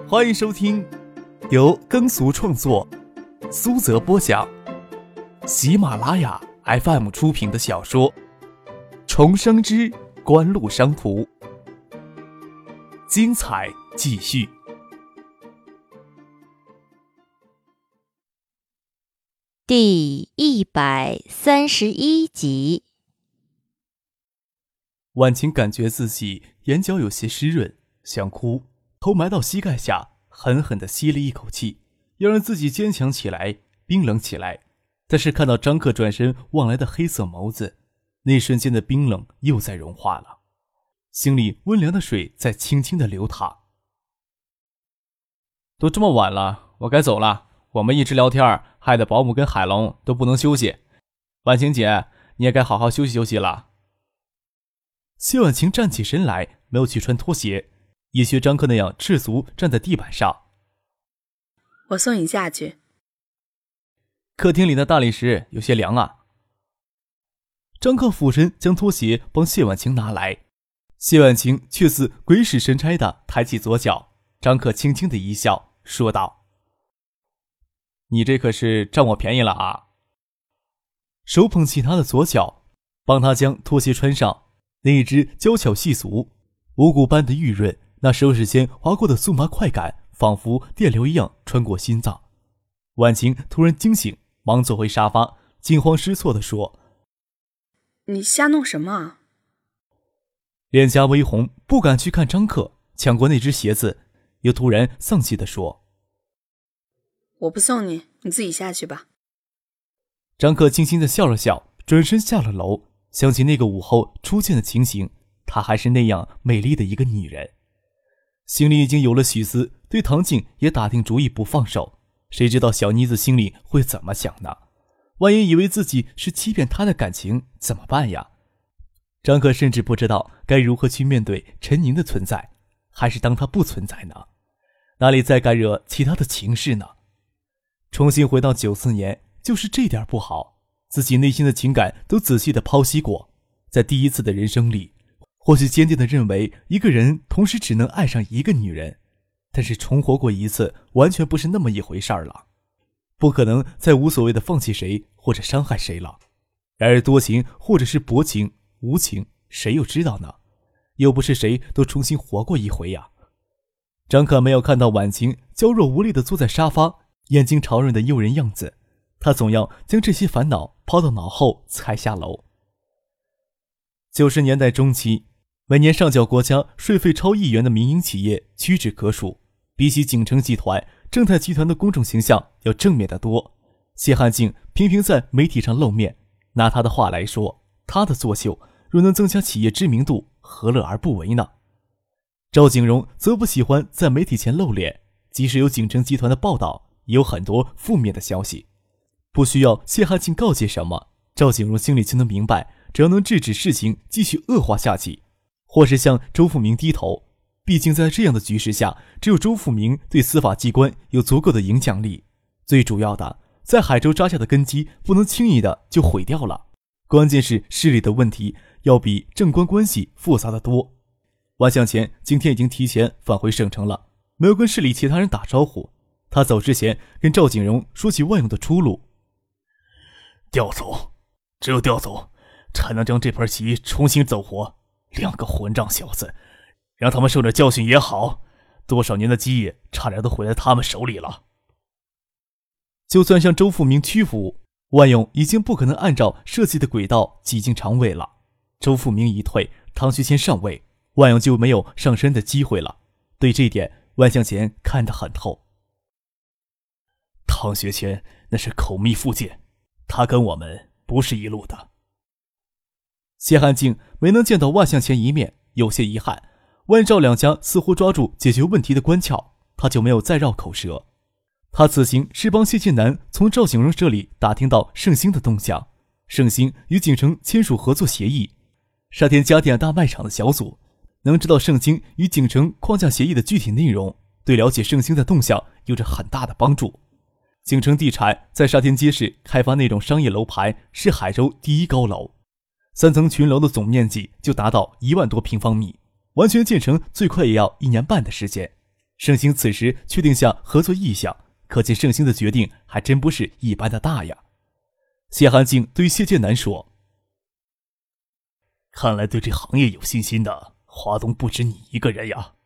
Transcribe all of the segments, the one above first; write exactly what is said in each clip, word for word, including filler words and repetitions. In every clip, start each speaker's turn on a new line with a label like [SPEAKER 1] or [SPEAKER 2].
[SPEAKER 1] 欢迎收听由耕俗创作、苏泽播讲、喜马拉雅 F M 出品的小说《重生之官路商途》，精彩继续。
[SPEAKER 2] 第一百三十一集。
[SPEAKER 1] 婉晴感觉自己眼角有些湿润，想哭，头埋到膝盖下，狠狠地吸了一口气，要让自己坚强起来，冰冷起来。但是看到张克转身望来的黑色眸子，那瞬间的冰冷又在融化了，心里温凉的水在轻轻地流淌。都这么晚了，我该走了。我们一直聊天，害得保姆跟海龙都不能休息。婉晴姐，你也该好好休息休息了。谢婉晴站起身来，没有去穿拖鞋，也学张克那样赤足站在地板上。
[SPEAKER 3] 我送你下去。
[SPEAKER 1] 客厅里的大理石有些凉啊。张克俯身将拖鞋帮谢婉晴拿来，谢婉晴却似鬼使神差地抬起左脚。张克轻轻地一笑，说道：你这可是占我便宜了啊。手捧起他的左脚，帮他将拖鞋穿上，那一只娇巧细足，五谷般的玉润，那手指间划过的酥麻快感仿佛电流一样穿过心脏。婉晴突然惊醒，忙坐回沙发，惊慌失措地说：
[SPEAKER 3] 你瞎弄什么啊？
[SPEAKER 1] 脸颊微红，不敢去看张克，抢过那只鞋子，又突然丧气地说：
[SPEAKER 3] 我不送你，你自己下去吧。
[SPEAKER 1] 张克轻轻地笑了笑，转身下了楼。想起那个午后出现的情形，她还是那样美丽的一个女人，心里已经有了许思，对唐静也打定主意不放手。谁知道小妮子心里会怎么想呢？万一以为自己是欺骗她的感情，怎么办呀？张克甚至不知道该如何去面对陈宁的存在，还是当她不存在呢？哪里再敢惹其他的情事呢？重新回到九四年，就是这点不好，自己内心的情感都仔细地剖析过。在第一次的人生里，或许坚定地认为一个人同时只能爱上一个女人，但是重活过一次，完全不是那么一回事儿了，不可能再无所谓地放弃谁或者伤害谁了。然而多情或者是薄情无情，谁又知道呢？又不是谁都重新活过一回呀。张可没有看到婉晴娇弱无力地坐在沙发，眼睛潮润的诱人样子，他总要将这些烦恼抛到脑后才下楼。九十年代中期，每年上缴国家税费超亿元的民营企业屈指可数，比起景城集团、正泰集团的公众形象要正面得多。谢汉静频频在媒体上露面，拿他的话来说，他的作秀若能增加企业知名度，何乐而不为呢？赵景荣则不喜欢在媒体前露脸，即使有景城集团的报道，也有很多负面的消息。不需要谢汉庆告诫什么，赵景荣心里就能明白，只要能制止事情继续恶化下去，或是向周富明低头。毕竟在这样的局势下，只有周富明对司法机关有足够的影响力。最主要的，在海州扎下的根基不能轻易的就毁掉了。关键是势力的问题要比政官关系复杂得多。万向前今天已经提前返回省城了，没有跟市里其他人打招呼。他走之前跟赵景荣说起万勇的出路。调走，只有调走才能将这盘棋重新走活。两个混账小子，让他们受点教训也好，多少年的基业差点都毁在他们手里了。就算向周富明屈服，万勇已经不可能按照设计的轨道挤进常委了。周富明一退，唐学谦上位，万勇就没有上升的机会了。对这一点，万向前看得很透。唐学谦那是口蜜腹剑，他跟我们不是一路的。谢汉静没能见到万向前一面，有些遗憾。万赵两家似乎抓住解决问题的关窍，他就没有再绕口舌。他此行是帮谢晋南从赵景荣这里打听到盛兴的动向。盛兴与景城签署合作协议，沙田家电大卖场的小组能知道盛兴与景城框架协议的具体内容，对了解盛兴的动向有着很大的帮助。景城地产在沙田街市开发那种商业楼盘，是海州第一高楼，三层群楼的总面积就达到一万多平方米，完全建成最快也要一年半的时间。 盛兴此时确定下合作意向，可见盛兴的决定还真不是一般的大呀。谢汉静对谢剑南说：
[SPEAKER 4] 看来对这行业有信心的华东不止你一个人呀。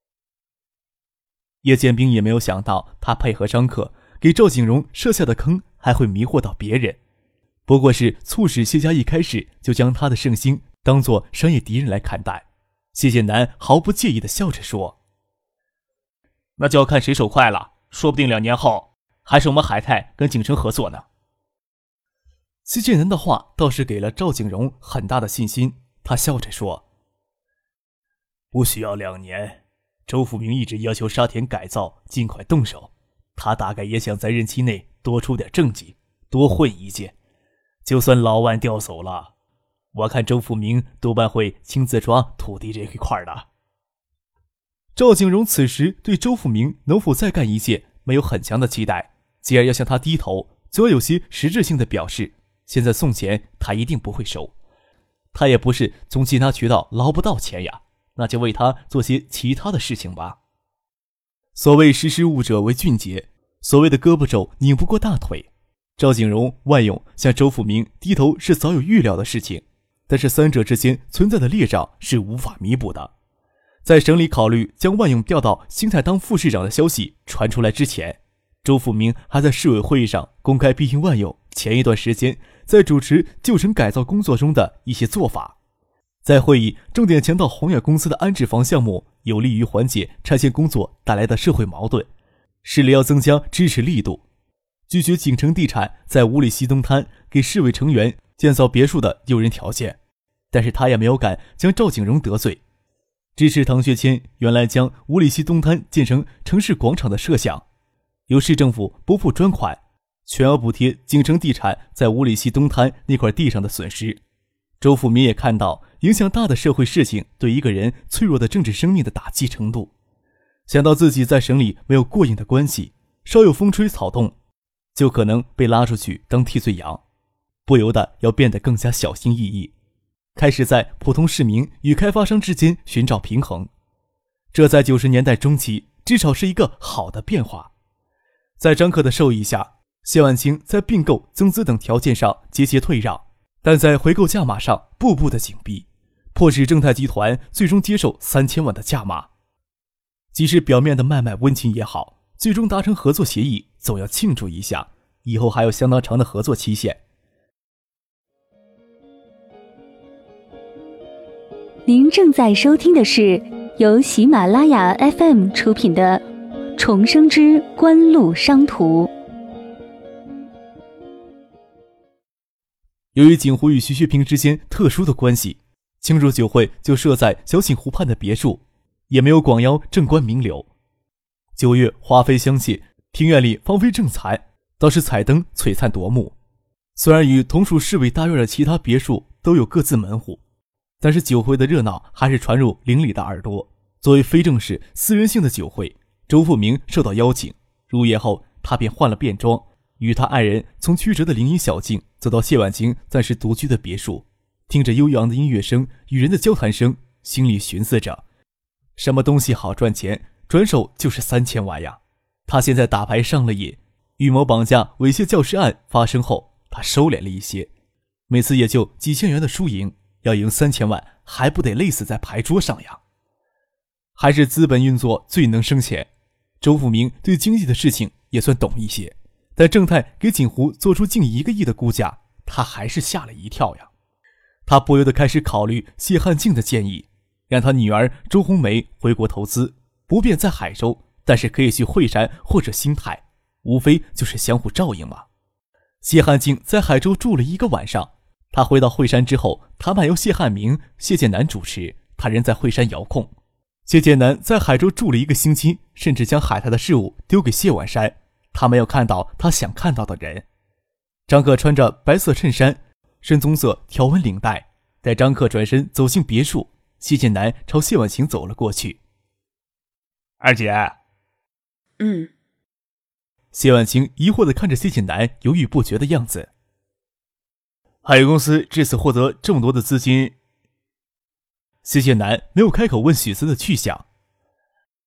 [SPEAKER 1] 叶剑兵也没有想到他配合张克给赵景荣设下的坑还会迷惑到别人，不过是促使谢家一开始就将他的盛兴当作商业敌人来看待。谢剑南毫不介意地笑着说：
[SPEAKER 4] 那就要看谁手快了，说不定两年后还是我们海泰跟景城合作呢。
[SPEAKER 1] 谢剑南的话倒是给了赵景荣很大的信心，他笑着说：
[SPEAKER 4] 不需要两年，周富明一直要求沙田改造尽快动手，他大概也想在任期内多出点政绩，多混一届。就算老万调走了，我看周富明多半会亲自抓土地这一块的。
[SPEAKER 1] 赵景荣此时对周富明能否再干一届没有很强的期待，既然要向他低头，就要有些实质性的表示。现在送钱他一定不会收，他也不是从其他渠道捞不到钱呀，那就为他做些其他的事情吧。所谓识时务者为俊杰，所谓的胳膊肘拧不过大腿。赵景荣、万勇向周富明低头是早有预料的事情，但是三者之间存在的裂障是无法弥补的。在省里考虑将万勇调到兴泰当副市长的消息传出来之前，周富明还在市委会议上公开批评万勇前一段时间在主持旧城改造工作中的一些做法。在会议重点强调宏远公司的安置房项目有利于缓解拆迁工作带来的社会矛盾，市里要增加支持力度，拒绝景城地产在五里西东滩给市委成员建造别墅的诱人条件。但是他也没有敢将赵景荣得罪，支持唐学谦原来将五里西东滩建成城市广场的设想，由市政府不付专款，全额补贴景城地产在五里西东滩那块地上的损失。周富民也看到影响大的社会事情对一个人脆弱的政治生命的打击程度，想到自己在省里没有过硬的关系，稍有风吹草动就可能被拉出去当替罪羊，不由得要变得更加小心翼翼，开始在普通市民与开发商之间寻找平衡。这在九十年代中期至少是一个好的变化。在张克的授意下，谢万清在并购、增资等条件上节节退让，但在回购价码上步步的紧逼，迫使正泰集团最终接受三千万的价码。即使表面的卖卖温情也好，最终达成合作协议总要庆祝一下，以后还有相当长的合作期限。
[SPEAKER 5] 您正在收听的是由喜马拉雅 F M 出品的《重生之官路商途》。
[SPEAKER 1] 由于景湖与徐学平之间特殊的关系，庆祝酒会就设在小景湖畔的别墅，也没有广邀正官名流。九月花飞香谢，庭院里芳菲正残，倒是彩灯璀璨夺目。虽然与同属市委大院的其他别墅都有各自门户，但是酒会的热闹还是传入邻里的耳朵。作为非正式私人性的酒会，周富明受到邀请，入夜后他便换了便装，与他爱人从曲折的林荫小径走到谢婉清暂时独居的别墅，听着悠扬的音乐声与人的交谈声，心里寻思着什么东西好赚钱，转手就是三千万呀。他现在打牌上了瘾，预谋绑架猥亵教师案发生后，他收敛了一些，每次也就几千元的输赢，要赢三千万还不得累死在牌桌上呀。还是资本运作最能生钱，周富明对经济的事情也算懂一些，但正泰给锦湖做出近一个亿的估价，他还是吓了一跳呀。他不由得开始考虑谢汉静的建议，让他女儿周红梅回国投资，不便在海州，但是可以去惠山或者兴泰，无非就是相互照应嘛。谢汉静在海州住了一个晚上，他回到惠山之后，谈判由谢汉明、谢剑南主持，他人在惠山遥控。谢剑南在海州住了一个星期，甚至将海泰的事务丢给谢婉山，他没有看到他想看到的人。张克穿着白色衬衫，深棕色条纹领带，待张克转身走进别墅，谢剑南朝谢婉晴走了过去。
[SPEAKER 4] 二姐。
[SPEAKER 3] 嗯。
[SPEAKER 1] 谢婉晴疑惑地看着谢剑南犹豫不决的样子。
[SPEAKER 4] 海油公司这次获得这么多的资金。
[SPEAKER 1] 谢剑南没有开口问许思的去向。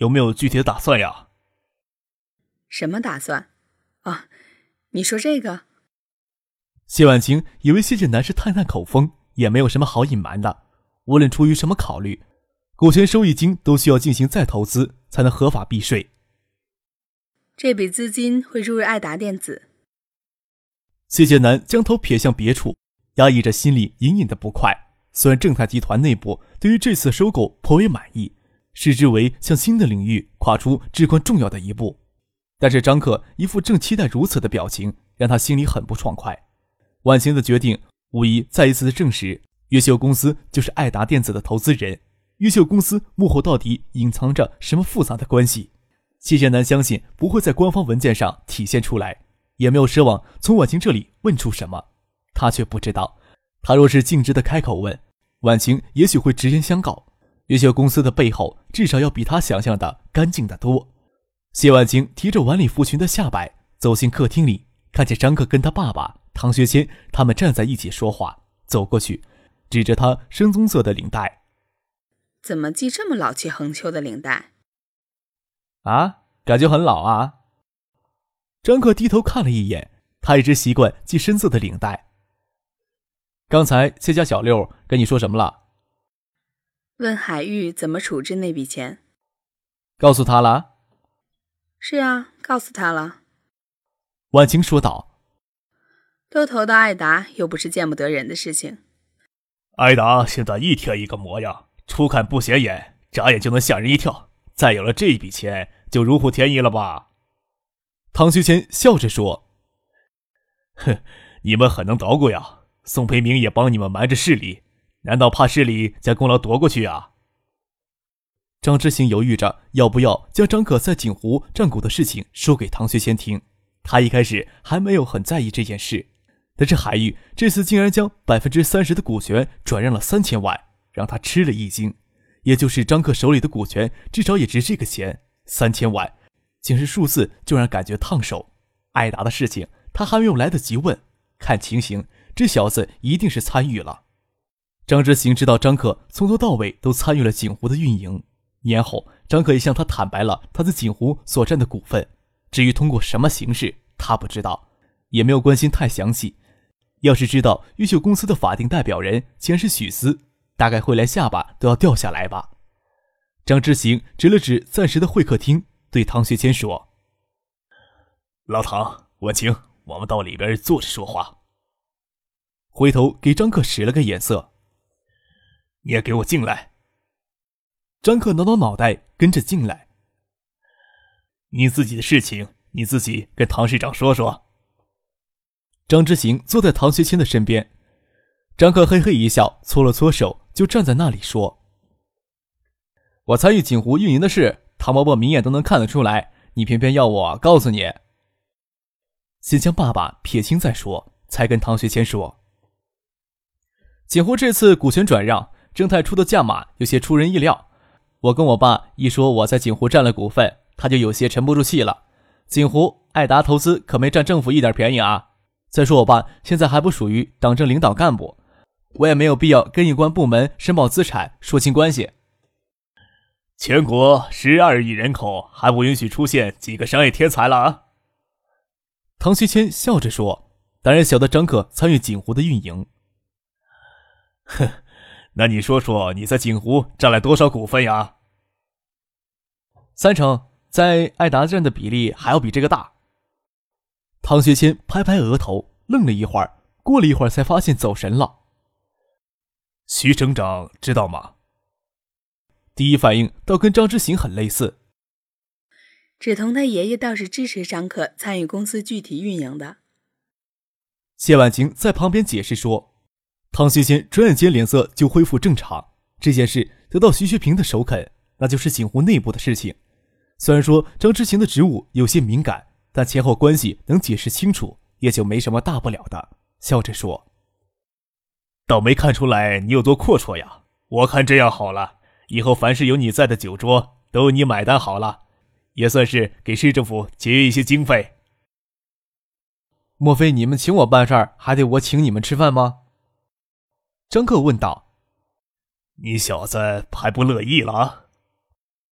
[SPEAKER 4] 有没有具体的打算呀？
[SPEAKER 3] 什么打算？啊，你说这个？
[SPEAKER 1] 谢婉晴以为谢剑南是探探口风，也没有什么好隐瞒的。无论出于什么考虑，股权收益金都需要进行再投资，才能合法避税。
[SPEAKER 3] 这笔资金会入爱达电子。
[SPEAKER 1] 谢剑南将头撇向别处，压抑着心里隐隐的不快。虽然正泰集团内部对于这次收购颇为满意，视之为向新的领域跨出至关重要的一步，但是张克一副正期待如此的表情，让他心里很不爽快。婉晴的决定无疑再一次的证实，越秀公司就是爱达电子的投资人。越秀公司幕后到底隐藏着什么复杂的关系？谢剑南相信不会在官方文件上体现出来，也没有奢望从婉晴这里问出什么。他却不知道，他若是径直的开口问，婉晴也许会直言相告。越秀公司的背后至少要比他想象的干净得多。谢婉晴提着碗里服裙的下摆走进客厅里，看见张克跟他爸爸唐学谦他们站在一起说话，走过去指着他深棕色的领带：
[SPEAKER 3] 怎么系这么老气横秋的领带？
[SPEAKER 1] 啊，感觉很老啊。张克低头看了一眼，他一直习惯系深色的领带。刚才谢家小六跟你说什么了？
[SPEAKER 3] 问海玉怎么处置那笔钱。
[SPEAKER 1] 告诉他了？
[SPEAKER 3] 是啊，告诉他了。
[SPEAKER 1] 婉晴说道。
[SPEAKER 3] 都投到爱达，又不是见不得人的事情。
[SPEAKER 4] 爱达现在一天一个模样，初看不显眼，眨眼就能吓人一跳，再有了这笔钱就如虎添翼了吧？
[SPEAKER 1] 唐学谦笑着说。
[SPEAKER 4] 哼，你们很能捣鼓呀，宋培明也帮你们瞒着势力，难道怕势力将功劳夺过去啊？
[SPEAKER 1] 张之行犹豫着要不要将张可在锦湖占股的事情说给唐学谦听。他一开始还没有很在意这件事，但是海玉这次竟然将百分之三十的股权转让了三千万，让他吃了一惊。也就是张克手里的股权至少也值这个钱，三千万，仅是数字就让感觉烫手。爱达的事情他还没有来得及问，看情形这小子一定是参与了。张之行知道张克从头到尾都参与了锦湖的运营，年后张克也向他坦白了他在锦湖所占的股份，至于通过什么形式他不知道，也没有关心太详细。要是知道越秀公司的法定代表人竟然是许思，大概会连下巴都要掉下来吧。张之行指了指暂时的会客厅，对唐学谦说：
[SPEAKER 4] 老唐，婉晴，我们到里边坐着说话。
[SPEAKER 1] 回头给张克使了个眼色：
[SPEAKER 4] 你也给我进来。
[SPEAKER 1] 张克挠挠脑袋跟着进来。
[SPEAKER 4] 你自己的事情你自己跟唐市长说说。
[SPEAKER 1] 张之行坐在唐学谦的身边，张克嘿嘿一笑，搓了搓手，就站在那里说：我参与锦湖运营的事，唐伯伯明眼都能看得出来，你偏偏要我告诉你。先将爸爸撇清再说，才跟唐学谦说：锦湖这次股权转让，正泰出的价码有些出人意料，我跟我爸一说我在锦湖占了股份，他就有些沉不住气了。锦湖爱达投资可没占政府一点便宜啊！再说我爸现在还不属于党政领导干部，我也没有必要跟有关部门申报资产说清关系。
[SPEAKER 4] 全国十二亿人口还不允许出现几个商业天才了啊！
[SPEAKER 1] 唐学谦笑着说，当然晓得张克参与锦湖的运营。
[SPEAKER 4] 哼，那你说说你在锦湖占了多少股份呀？
[SPEAKER 1] 三成，在爱达占的比例还要比这个大。唐学谦拍拍额头，愣了一会儿，过了一会儿才发现走神了。
[SPEAKER 4] 徐省长知道吗？
[SPEAKER 1] 第一反应倒跟张之行很类似。
[SPEAKER 3] 芷彤他爷爷倒是支持张克参与公司具体运营的。
[SPEAKER 1] 谢婉晴在旁边解释说。唐学谦转眼间脸色就恢复正常，这件事得到徐学平的首肯，那就是锦湖内部的事情。虽然说张之行的职务有些敏感，但前后关系能解释清楚，也就没什么大不了的，笑着说：
[SPEAKER 4] 倒没看出来你有多阔绰呀，我看这样好了，以后凡是有你在的酒桌都你买单好了，也算是给市政府节约一些经费。
[SPEAKER 1] 莫非你们请我办事儿，还得我请你们吃饭吗？张克问道。
[SPEAKER 4] 你小子还不乐意了啊？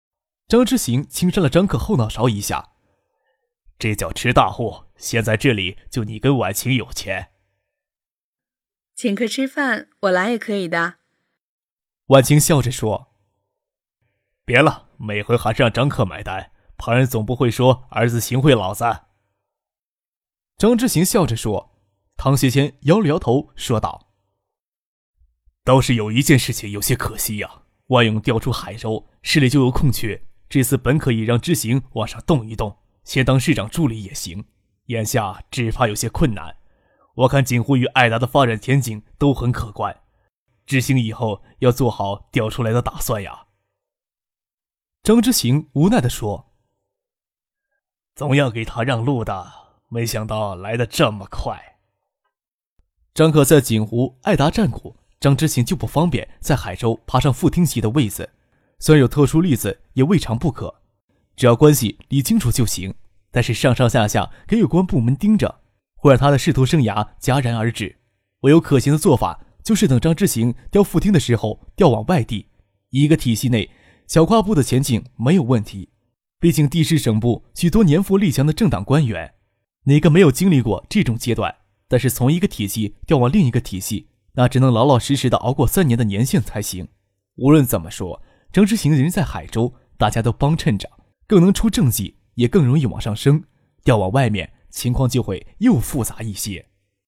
[SPEAKER 1] 张之行轻扇了张克后脑勺一下，
[SPEAKER 4] 这叫吃大户，现在这里就你跟婉晴有钱。
[SPEAKER 3] 请客吃饭，我来也可以的。
[SPEAKER 1] 婉晴笑着说。
[SPEAKER 4] 别了，每回还是让张克买单，旁人总不会说儿子行贿老子。
[SPEAKER 1] 张之行笑着说。唐学谦摇了摇头说道，
[SPEAKER 4] 倒是有一件事情有些可惜呀、啊，万勇调出海州，市里就有空缺，这次本可以让知行往上动一动，先当市长助理也行，眼下只怕有些困难。我看锦湖与爱达的发展前景都很可观，知行以后要做好调出来的打算呀。
[SPEAKER 1] 张之行无奈地说，
[SPEAKER 4] 总要给他让路的，没想到来得这么快。
[SPEAKER 1] 张克在锦湖爱达占股，张之行就不方便在海州爬上副厅席的位子，虽然有特殊例子也未尝不可，只要关系理清楚就行，但是上上下下给有关部门盯着，会让他的仕途生涯戛然而止。唯有可行的做法就是等张之行调副厅的时候调往外地，一个体系内小跨部的前景没有问题，毕竟地市省部许多年富力强的政党官员，哪个没有经历过这种阶段？但是从一个体系调往另一个体系，那只能老老实实的熬过三年的年限才行。无论怎么说，张之行人在海州，大家都帮衬着，更能出政绩，也更容易往上升。调往外面，情况就会又复杂一些。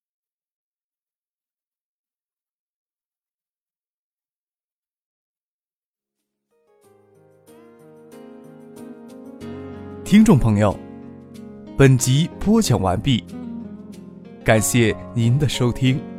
[SPEAKER 1] 听众朋友，本集播讲完毕。感谢您的收听。